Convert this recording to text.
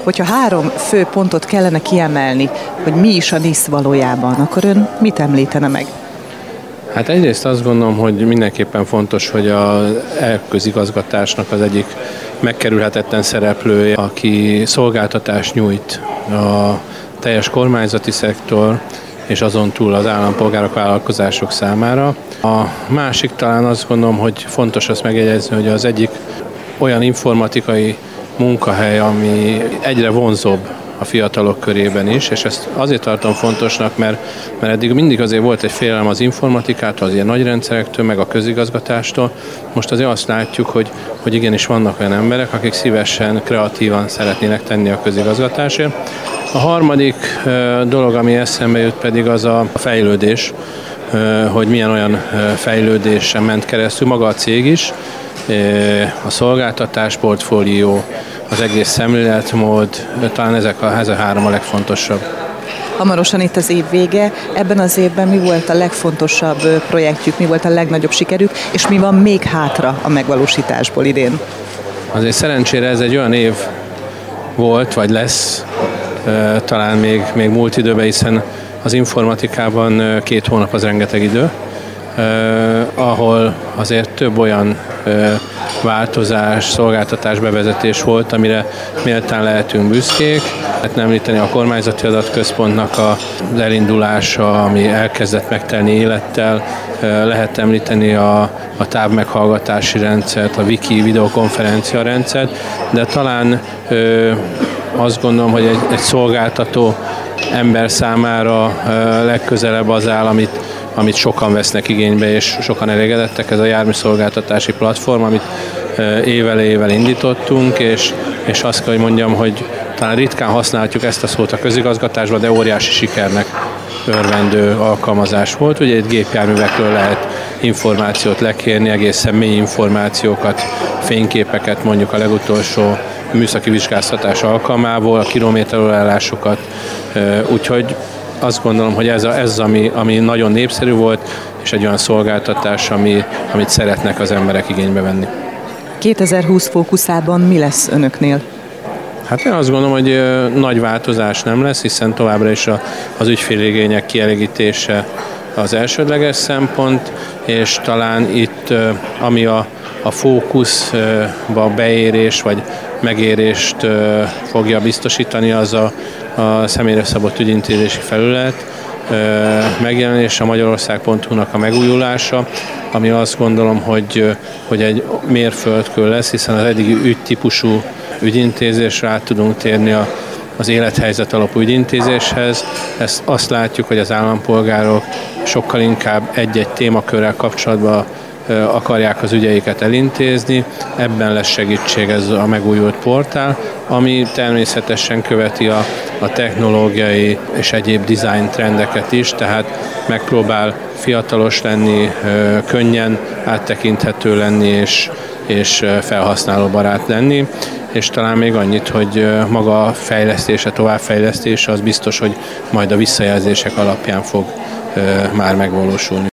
Hogyha 3 fő pontot kellene kiemelni, hogy mi is a NISZ valójában, akkor ön mit említene meg? Hát egyrészt azt gondolom, hogy mindenképpen fontos, hogy az közigazgatásnak az egyik megkerülhetetlen szereplője, aki szolgáltatást nyújt a teljes kormányzati szektor, és azon túl az állampolgárok, vállalkozások számára. A másik talán azt gondolom, hogy fontos azt megjegyezni, hogy az egyik olyan informatikai munkahely, ami egyre vonzóbb a fiatalok körében is, és ezt azért tartom fontosnak, mert eddig mindig azért volt egy félelem az informatikától, az ilyen nagy rendszerektől, meg a közigazgatástól. Most azért azt látjuk, hogy igenis vannak olyan emberek, akik szívesen, kreatívan szeretnének tenni a közigazgatásért. A harmadik dolog, ami eszembe jut, pedig az a fejlődés, hogy milyen olyan fejlődésen ment keresztül maga a cég is, a szolgáltatás portfólió, az egész szemléletmód, talán ez a 3 a legfontosabb. Hamarosan itt az év vége, ebben az évben mi volt a legfontosabb projektjük, mi volt a legnagyobb sikerük, és mi van még hátra a megvalósításból idén? Azért szerencsére ez egy olyan év volt, vagy lesz, talán még múlt időben, hiszen az informatikában 2 hónap az rengeteg idő, ahol azért több olyan változás, szolgáltatás bevezetés volt, amire méltán lehetünk büszkék. Lehetne említeni a kormányzati adatközpontnak az elindulása, ami elkezdett megtelni élettel, lehet említeni a távmeghallgatási rendszert, a Wiki videokonferencia rendszert, de talán azt gondolom, hogy egy szolgáltató ember számára legközelebb az áll, amit sokan vesznek igénybe, és sokan elégedettek, ez a járműszolgáltatási platform, amit ével indítottunk, és azt kell, hogy mondjam, hogy talán ritkán használhatjuk ezt a szót a közigazgatásban, de óriási sikernek örvendő alkalmazás volt. Ugye egy gépjárművekről lehet információt lekérni, egészen mély információkat, fényképeket, mondjuk a legutolsó műszaki vizsgáztatás alkalmából, a kilométerolállásokat, úgyhogy azt gondolom, hogy ez ami nagyon népszerű volt, és egy olyan szolgáltatás, amit szeretnek az emberek igénybe venni. 2020 fókuszában mi lesz önöknél? Hát én azt gondolom, hogy nagy változás nem lesz, hiszen továbbra is az ügyféligények kielégítése az elsődleges szempont, és talán itt, ami a fókuszba beérés vagy megérést fogja biztosítani, az a személyre szabott ügyintézési felület megjelenése, a Magyarország.hu-nak a megújulása, ami azt gondolom, hogy egy mérföldkő lesz, hiszen az eddigi ügytípusú ügyintézésre át tudunk térni az élethelyzet alapú ügyintézéshez. Azt látjuk, hogy az állampolgárok sokkal inkább egy-egy témakörrel kapcsolatban akarják az ügyeiket elintézni. Ebben lesz segítség ez a megújult portál, ami természetesen követi a technológiai és egyéb design trendeket is, tehát megpróbál fiatalos lenni, könnyen áttekinthető lenni és felhasználóbarát lenni. És talán még annyit, hogy maga a fejlesztése, továbbfejlesztése az biztos, hogy majd a visszajelzések alapján fog már megvalósulni.